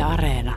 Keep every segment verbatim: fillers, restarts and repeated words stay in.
Areena.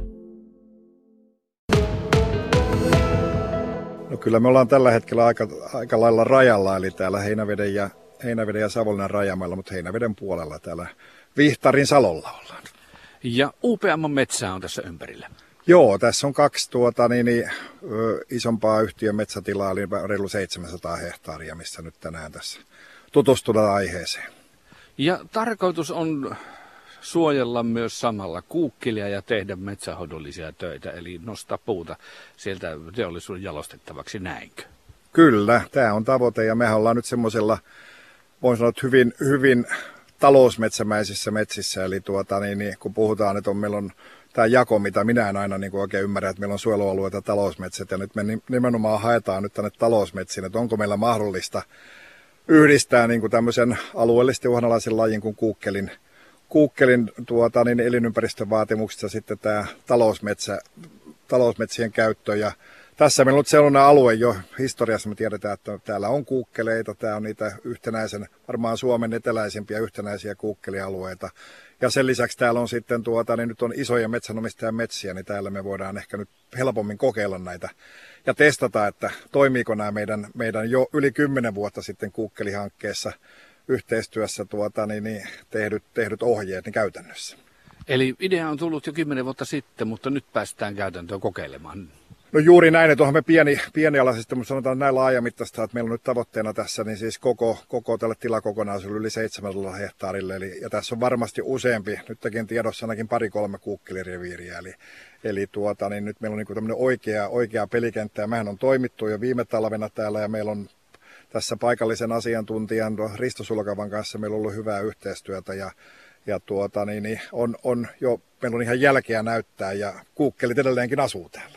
No kyllä me ollaan tällä hetkellä aika, aika lailla rajalla, eli täällä Heinäveden ja, Heinäveden ja Savonlinnan rajamailla, mutta Heinäveden puolella täällä Vihtarin Salolla ollaan. Ja U P M metsää on tässä ympärillä. Joo, tässä on kaksi tuota, niin, niin, ö, isompaa yhtiön metsätilaa, eli reilu seitsemänsataa hehtaaria, missä nyt tänään tässä tutustutaan aiheeseen. Ja tarkoitus on suojella myös samalla kuukkilia ja tehdä metsähoidollisia töitä, eli nostaa puuta sieltä teollisuuden jalostettavaksi, näinkö? Kyllä, tämä on tavoite ja mehän ollaan nyt semmoisella, voin sanoa, että hyvin, hyvin talousmetsämäisissä metsissä, eli tuota, niin, niin, kun puhutaan, että on, meillä on tämä jako, mitä minä en aina niin kuin oikein ymmärrä, että meillä on suojelualueita ja talousmetsät, ja nyt me nimenomaan haetaan nyt tänne talousmetsiin, että onko meillä mahdollista yhdistää niin kuin tämmöisen alueellisesti uhanalaisen lajin kuin kuukkelin, kuukkelin tuota, niin elinympäristövaatimuksista sitten tämä talousmetsä, talousmetsien käyttö. Ja tässä meillä on sellainen alue jo historiassa, me tiedetään, että täällä on kuukkeleita, tämä on niitä yhtenäisen, varmaan Suomen eteläisimpiä yhtenäisiä kuukkelialueita. Ja sen lisäksi täällä on sitten, tuota, niin nyt on isoja metsänomistajan metsiä, niin täällä me voidaan ehkä nyt helpommin kokeilla näitä ja testata, että toimiiko nämä meidän, meidän jo yli kymmenen vuotta sitten kuukkelihankkeessa yhteistyössä tuota, niin, niin tehdyt, tehdyt ohjeet niin käytännössä. Eli idea on tullut jo kymmenen vuotta sitten, mutta nyt päästään käytäntöön kokeilemaan. No juuri näin, että onhan me pieni, pienialaisesti, mutta sanotaan näin laajamittaista, että meillä on nyt tavoitteena tässä niin siis koko, koko tälle tilakokonaisuudelle yli seitsemällä hehtaarille. Eli, ja tässä on varmasti useampi, nytkin tiedossa ainakin pari-kolme kuukkelireviiriä. Eli, eli tuota, niin nyt meillä on niin tämmöinen oikea, oikea pelikenttä ja mehän on toimittu jo viime talvena täällä ja meillä on tässä paikallisen asiantuntijan Risto Sulkavan kanssa meillä on ollut hyvää yhteistyötä ja, ja tuota, niin, niin on, on jo, meillä on ihan jälkeä näyttää ja kuukkelit edelleenkin asuu täällä.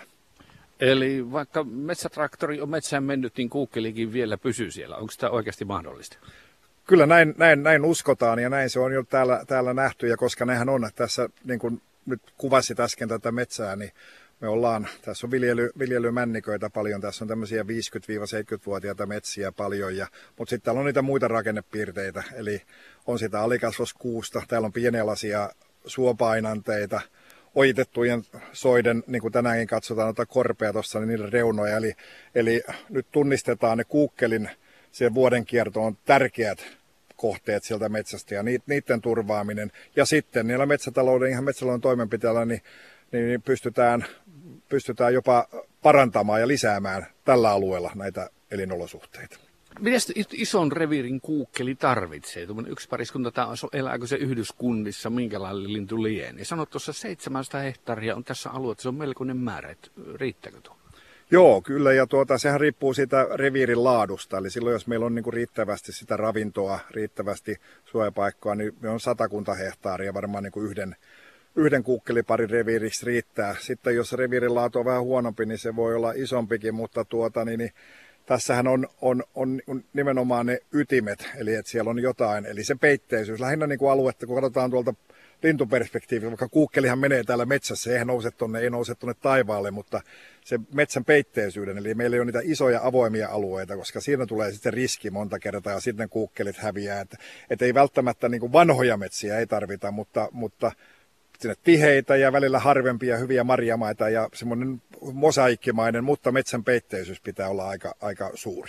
Eli vaikka metsätraktori on metsään mennyt, niin kuukkelikin vielä pysyy siellä. Onko tämä oikeasti mahdollista? Kyllä näin, näin, näin uskotaan ja näin se on jo täällä, täällä nähty. Ja koska nehän on tässä, niin kuin nyt kuvasit äsken tätä metsää, niin me ollaan, tässä on viljely, viljelymänniköitä paljon. Tässä on tämmöisiä viisikymmentä-seitsemänkymmentävuotiaita metsiä paljon. Ja, mutta sitten täällä on niitä muita rakennepiirteitä. Eli on sitä alikasvoskuusta, täällä on pienialaisia suopainanteita. Ojitettujen soiden, niin kuin tänäänkin katsotaan noita korpea tuossa, niin niiden reunoja. Eli, eli nyt tunnistetaan ne kuukkelin, se vuoden kierto on tärkeät kohteet sieltä metsästä ja niiden turvaaminen. Ja sitten niillä metsätalouden, ihan metsätalouden toimenpiteillä, niin, niin pystytään, pystytään jopa parantamaan ja lisäämään tällä alueella näitä elinolosuhteita. Mitä ison reviirin kuukkeli tarvitsee? Tuommoinen yksi pariskunta, elääkö se yhdyskunnissa, minkälainen lintu lienee? Sanoit tuossa seitsemänsataa hehtaaria on tässä alueella, se on melkoinen määrä, että riittääkö tuo? Joo, kyllä, ja tuota, sehän riippuu siitä reviirin laadusta, eli silloin jos meillä on niin kuin riittävästi sitä ravintoa, riittävästi suojapaikkoa, niin me on satakunta hehtaaria, varmaan niin kuin yhden, yhden kuukkeliparin reviiriksi riittää. Sitten jos reviirin laatu on vähän huonompi, niin se voi olla isompikin, mutta tuota, niin, niin tässähän on, on, on nimenomaan ne ytimet, eli että siellä on jotain, eli se peitteisyys. Lähinnä niin kuin aluetta, kun katsotaan tuolta lintuperspektiivistä, vaikka kuukkelihan menee täällä metsässä, eihän nouse tonne, ei nouse tuonne taivaalle, mutta se metsän peitteisyyden, eli meillä ei ole niitä isoja avoimia alueita, koska siinä tulee sitten riski monta kertaa ja sitten kuukkelit häviää. Että, et ei välttämättä niin kuin vanhoja metsiä ei tarvita, mutta, mutta sinne tiheitä ja välillä harvempia hyviä marjamaita ja semmoinen mosaikkimainen, mutta metsän peitteisyys pitää olla aika, aika suuri.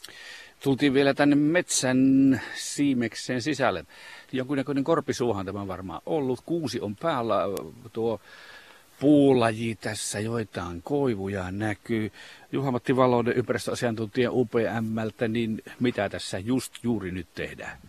Tultiin vielä tänne metsän siimekseen sisälle. Jonkunnäköinen korpisuuhan tämä on varmaan ollut. Kuusi on päällä, tuo puulaji tässä, joitain koivuja näkyy. Juha-Matti Valoinen, ympäristöasiantuntija U P M:ltä, niin mitä tässä just juuri nyt tehdään?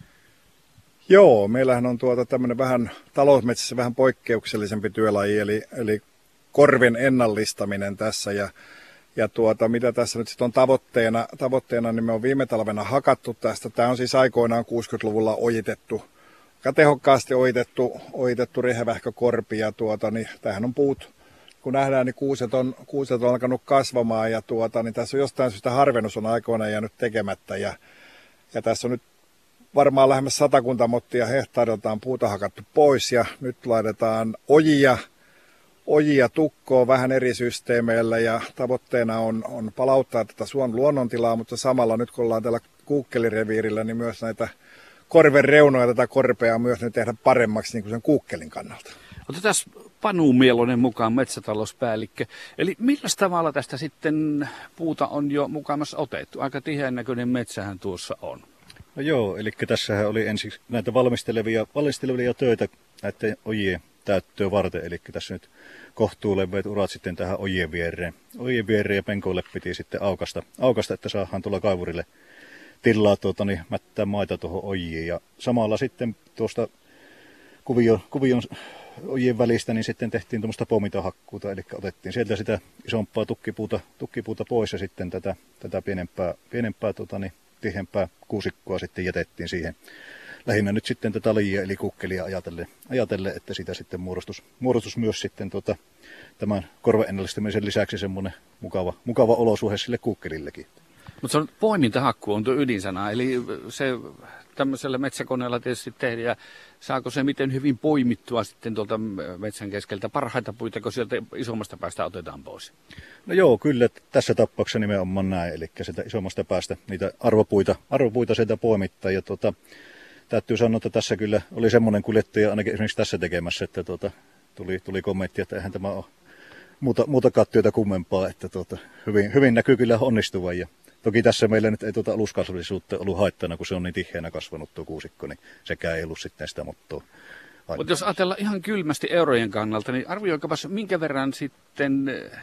Joo, meillähän on tuota tämmöinen vähän talousmetsissä vähän poikkeuksellisempi työlaji, eli, eli korven ennallistaminen tässä. Ja, ja tuota, mitä tässä nyt sitten on tavoitteena, tavoitteena, niin me on viime talvena hakattu tästä. Tämä on siis aikoinaan kuusikymmentäluvulla ojitettu, aika tehokkaasti ojitettu, ojitettu rehevähkökorpi. Ja tuota, niin tämähän on puut, kun nähdään, niin kuuset on, kuuset on alkanut kasvamaan. Ja tuota, niin tässä on jostain syystä harvennus on aikoinaan jäänyt tekemättä. Ja, ja tässä on nyt varmaan lähemmäs satakunta mottia hehtaariltaan puuta hakattu pois ja nyt laitetaan ojia, ojia tukkoon vähän eri systeemeillä ja tavoitteena on, on palauttaa tätä suon luonnontilaa, mutta samalla nyt kun ollaan täällä kuukkelireviirillä, niin myös näitä korven reunoja tätä korpea myös nyt tehdä paremmaksi niin kuin sen kuukkelin kannalta. Otetaan Panu Mielonen mukaan, metsätalouspäällikkö. Eli millä tavalla tästä sitten puuta on jo mukamassa otettu? Aika tiheän näköinen metsähän tuossa on. No joo, eli tässähän oli ensiksi näitä valmistelevia, valmistelevia töitä näiden ojien täyttöä varten. Eli tässä nyt kohtuuleveät urat sitten tähän ojien viereen. Ojien viereen ja penkoille piti sitten aukasta, aukasta että saadaan tuolla kaivurille tilaa tuota, niin mättää maita tuohon ojiin. Ja samalla sitten tuosta kuvion, kuvion ojien välistä niin sitten tehtiin tuommoista pomitohakkuuta, eli otettiin sieltä sitä isompaa tukkipuuta, tukkipuuta pois ja sitten tätä, tätä pienempää, pienempää tuota, niin tihempää kuusikkoa sitten jätettiin siihen. Lähinnä nyt sitten tätä lajia eli kukkelia ajatellen, ajatellen että siitä sitten muodostus, muodostus myös sitten tuota, tämän korvaennallistamisen lisäksi semmoinen mukava, mukava olosuhde sille kukkelillekin. Mutta se on poimintahakku on tuo ydinsana, eli se tämmöisellä metsäkoneella tietysti tehdään, ja saako se miten hyvin poimittua sitten tuolta metsän keskeltä parhaita puita, kun sieltä isommasta päästä otetaan pois? No joo, kyllä tässä tapauksessa nimenomaan näin, eli sieltä isommasta päästä niitä arvopuita, arvopuita sieltä poimittaa, ja tuota, täytyy sanoa, että tässä kyllä oli semmoinen kuljettaja ainakin esimerkiksi tässä tekemässä, että tuota, tuli, tuli kommentti, että eihän tämä ole muuta, muutakaan työtä kummempaa, että tuota, hyvin, hyvin näkyy kyllä onnistuvan. Ja toki tässä meillä nyt ei tuota aluskasvillisuutta ollut haittana, kun se on niin tiheänä kasvanut tuo kuusikko, niin sekään ei ollut sitten sitä mottoa. Mutta jos ajatellaan ihan kylmästi eurojen kannalta, niin arvioikapas minkä verran sitten,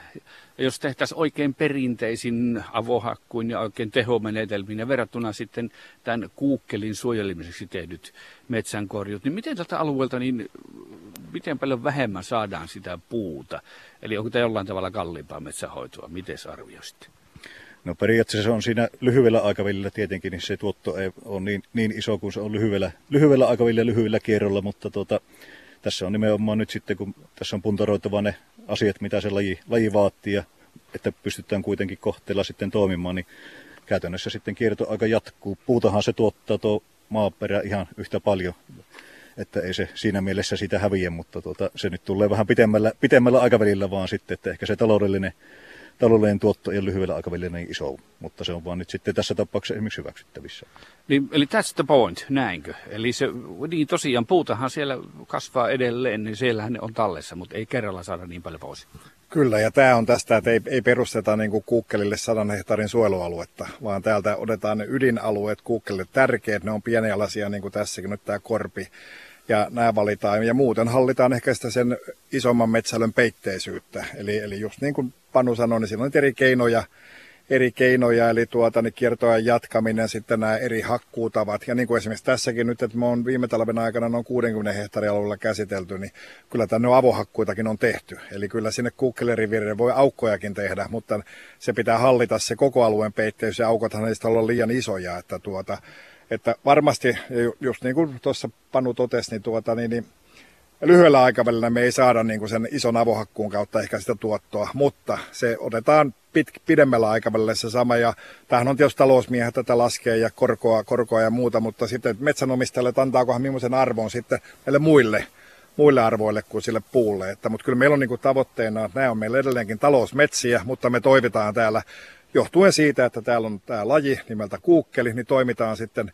jos tehtäisiin oikein perinteisin avohakkuin ja oikein tehomenetelmiin ja verrattuna sitten tämän kuukkelin suojelemiseksi tehdyt metsänkorjut, niin miten tältä alueelta, niin miten paljon vähemmän saadaan sitä puuta? Eli onko tämä jollain tavalla kalliimpaa metsähoitoa? Miten arvioisitte? No periaatteessa se on siinä lyhyellä aikavälillä tietenkin, niin se tuotto ei ole niin, niin iso kuin se on lyhyellä, lyhyellä aikavälillä ja lyhyellä kierrolla, mutta tuota, tässä on nimenomaan nyt sitten, kun tässä on puntaroitava ne asiat, mitä se laji, laji vaatii, ja että pystytään kuitenkin kohteella sitten toimimaan, niin käytännössä sitten kiertoaika jatkuu. Puutahan se tuottaa tuo maaperä ihan yhtä paljon, että ei se siinä mielessä siitä häviä, mutta tuota, se nyt tulee vähän pitemmällä, pitemmällä aikavälillä vaan sitten, että ehkä se taloudellinen Taloudellinen tuotto ei ole lyhyellä aikavälillä niin iso, mutta se on vaan nyt sitten tässä tapauksessa esimerkiksi hyväksyttävissä. Niin, eli that's the point, näinkö? Eli se, niin tosiaan puutahan siellä kasvaa edelleen, niin siellähän ne on tallessa, mutta ei kerralla saada niin paljon pois. Kyllä, ja tämä on tästä, että ei, ei perusteta niin kuin kuukkelille sadan hehtaarin suojelualuetta, vaan täältä otetaan ne ydinalueet kuukkelille tärkeät, ne on pienialaisia, niin kuin tässäkin nyt tämä korpi. Ja nämä valitaan, ja muuten hallitaan ehkä sitä sen isomman metsälön peitteisyyttä. Eli, eli just niin kuin Panu sanoi, niin siinä on eri keinoja, eri keinoja eli tuota, niin kiertoajan jatkaminen, sitten nämä eri hakkuutavat. Ja niin kuin esimerkiksi tässäkin nyt, että me on viime talven aikana noin kuudenkymmenen hehtaarin alueella käsitelty, niin kyllä tänne avohakkuitakin on tehty. Eli kyllä sinne kuukkeliriviirille voi aukkojakin tehdä, mutta se pitää hallita se koko alueen peitteisyys, ja aukothan ei sitä olla liian isoja, että tuota... Että varmasti, just niin kuin tuossa Panu totesi, niin, tuota, niin, niin lyhyellä aikavälillä me ei saada niin kuin sen ison avohakkuun kautta ehkä sitä tuottoa, mutta se otetaan pit, pidemmällä aikavälillä se sama. Ja tämähän on tietysti talousmiehet tätä laskee ja korkoa, korkoa ja muuta, mutta sitten metsänomistajalle, että antaakohan millaisen arvon sitten näille muille, muille arvoille kuin sille puulle. Että, mutta kyllä meillä on niin kuin tavoitteena, että nämä on meillä edelleenkin talousmetsiä, mutta me toivotaan täällä, johtuen siitä, että täällä on tämä laji nimeltä kuukkeli, niin toimitaan sitten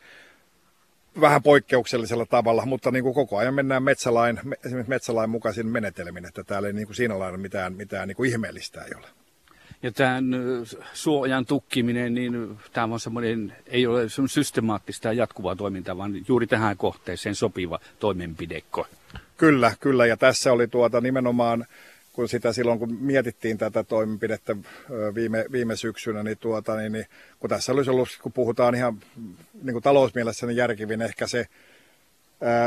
vähän poikkeuksellisella tavalla, mutta niin kuin koko ajan mennään metsälain, esimerkiksi metsälain mukaisin menetelmin, että täällä ei niin kuin siinä lailla mitään, mitään niin kuin ihmeellistä ei ole. Ja tämän suojan tukkiminen, niin tämä on semmoinen, ei ole systemaattista ja jatkuvaa toimintaa, vaan juuri tähän kohteeseen sopiva toimenpidekko. Kyllä, kyllä, ja tässä oli tuota nimenomaan, kun sitä silloin, kun mietittiin tätä toimenpidettä viime, viime syksynä, niin, tuota, niin, niin kun tässä olisi ollut, kun puhutaan ihan niin kuin talousmielessä, niin järkivin ehkä se ää,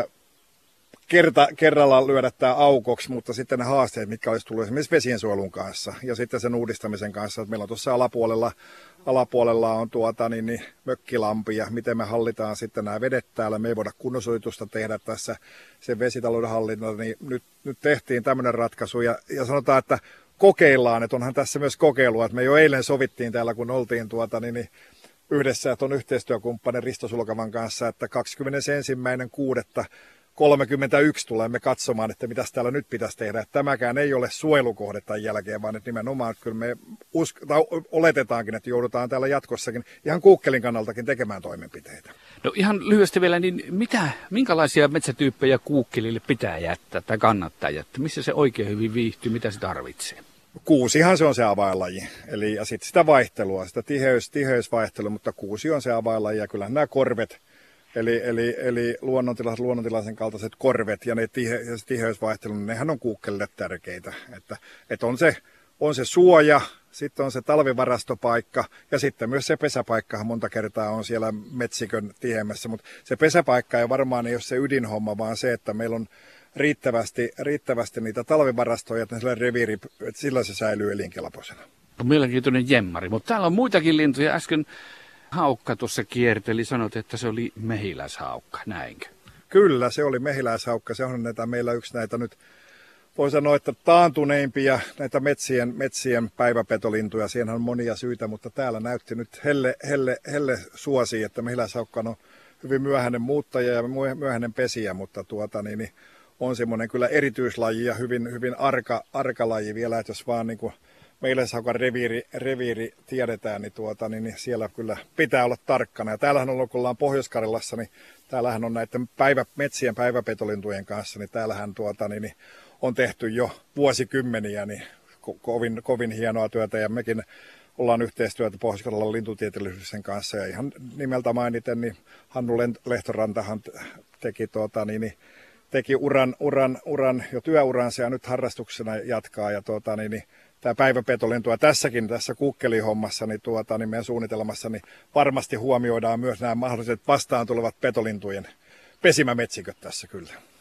kerta, kerralla lyödä tämä aukoksi, mutta sitten ne haasteet, mitkä olisi tullut esimerkiksi vesiensuojelun kanssa ja sitten sen uudistamisen kanssa, että meillä on tuossa alapuolella, alapuolella on tuota, niin, niin, mökkilampi ja miten me hallitaan sitten nämä vedet täällä, me ei voida kunnossojitusta tehdä tässä sen vesitalouden hallinnalla, niin nyt, nyt tehtiin tämmöinen ratkaisu ja, ja sanotaan, että kokeillaan, että onhan tässä myös kokeilua, että me jo eilen sovittiin täällä, kun oltiin tuota, niin, niin, yhdessä tuon yhteistyökumppanin Risto Sulkavan kanssa, että kahdeskymmenesensimmäinen kuudetta kolmekymmentäyksi tulemme katsomaan, että mitä täällä nyt pitäisi tehdä. Että tämäkään ei ole suojelukohde tämän jälkeen, vaan että nimenomaan että kyllä me usk- tai oletetaankin, että joudutaan täällä jatkossakin ihan kuukkelin kannaltakin tekemään toimenpiteitä. No ihan lyhyesti vielä, niin mitä, minkälaisia metsätyyppejä kuukkelille pitää jättää tai kannattaa jättää? Missä se oikein hyvin viihtyy, mitä se tarvitsee? Kuusihan se on se avainlaji, eli ja sitten sitä vaihtelua, sitä tiheys, tiheysvaihtelua, mutta kuusi on se avainlaji ja kyllähän nämä korvet, eli, eli, eli luonnontilaiset, luonnontilaisen kaltaiset korvet ja ne tihe, ja se tiheysvaihtelu, niin nehän on kuukkelille tärkeitä, että, että on, se, on se suoja, sitten on se talvivarastopaikka ja sitten myös se pesäpaikkahan monta kertaa on siellä metsikön tiheämässä, mutta se pesäpaikka ei varmaan ei ole se ydinhomma, vaan se, että meillä on riittävästi, riittävästi niitä talvivarastoja, että sillä reviiri, että sillä se säilyy elinkelpoisena. On mielenkiintoinen jemmari, mutta täällä on muitakin lintuja. Äsken haukka tuossa kierteli, sanot, että se oli mehiläishaukka, näinkö? Kyllä, se oli mehiläishaukka. Se on näitä, meillä yksi näitä nyt, voi sanoa, että taantuneimpia näitä metsien, metsien päiväpetolintuja. Siinähän on monia syitä, mutta täällä näytti nyt helle, helle, helle suosi, että mehiläishaukka on hyvin myöhäinen muuttaja ja myöhäinen pesijä, mutta tuota niin, niin on semmoinen kyllä erityislaji ja hyvin, hyvin arka, arka laji vielä, että jos vaan niin kuin mehiläishaukan reviiri, reviiri tiedetään, niin, tuota, niin, niin siellä kyllä pitää olla tarkkana. Ja täällähän on, kun ollaan Pohjois-Karjalassa, niin täällähän on näiden päivä, metsien päiväpetolintujen kanssa, niin täällähän tuota, niin, niin on tehty jo vuosikymmeniä niin ko- kovin, kovin hienoa työtä ja mekin ollaan yhteistyötä Pohjois-Karjalan lintutieteellisyyden kanssa ja ihan nimeltä mainiten, niin Hannu Lehtorantahan teki tuota, niin, niin teki uran, uran, uran jo työuransa ja nyt harrastuksena jatkaa. Ja tuota, niin, niin, tämä päiväpetolintu ja tässäkin tässä kukkelihommassa niin, tuota, niin meidän suunnitelmassa niin varmasti huomioidaan myös nämä mahdolliset vastaan tulevat petolintujen pesimämetsiköt tässä kyllä.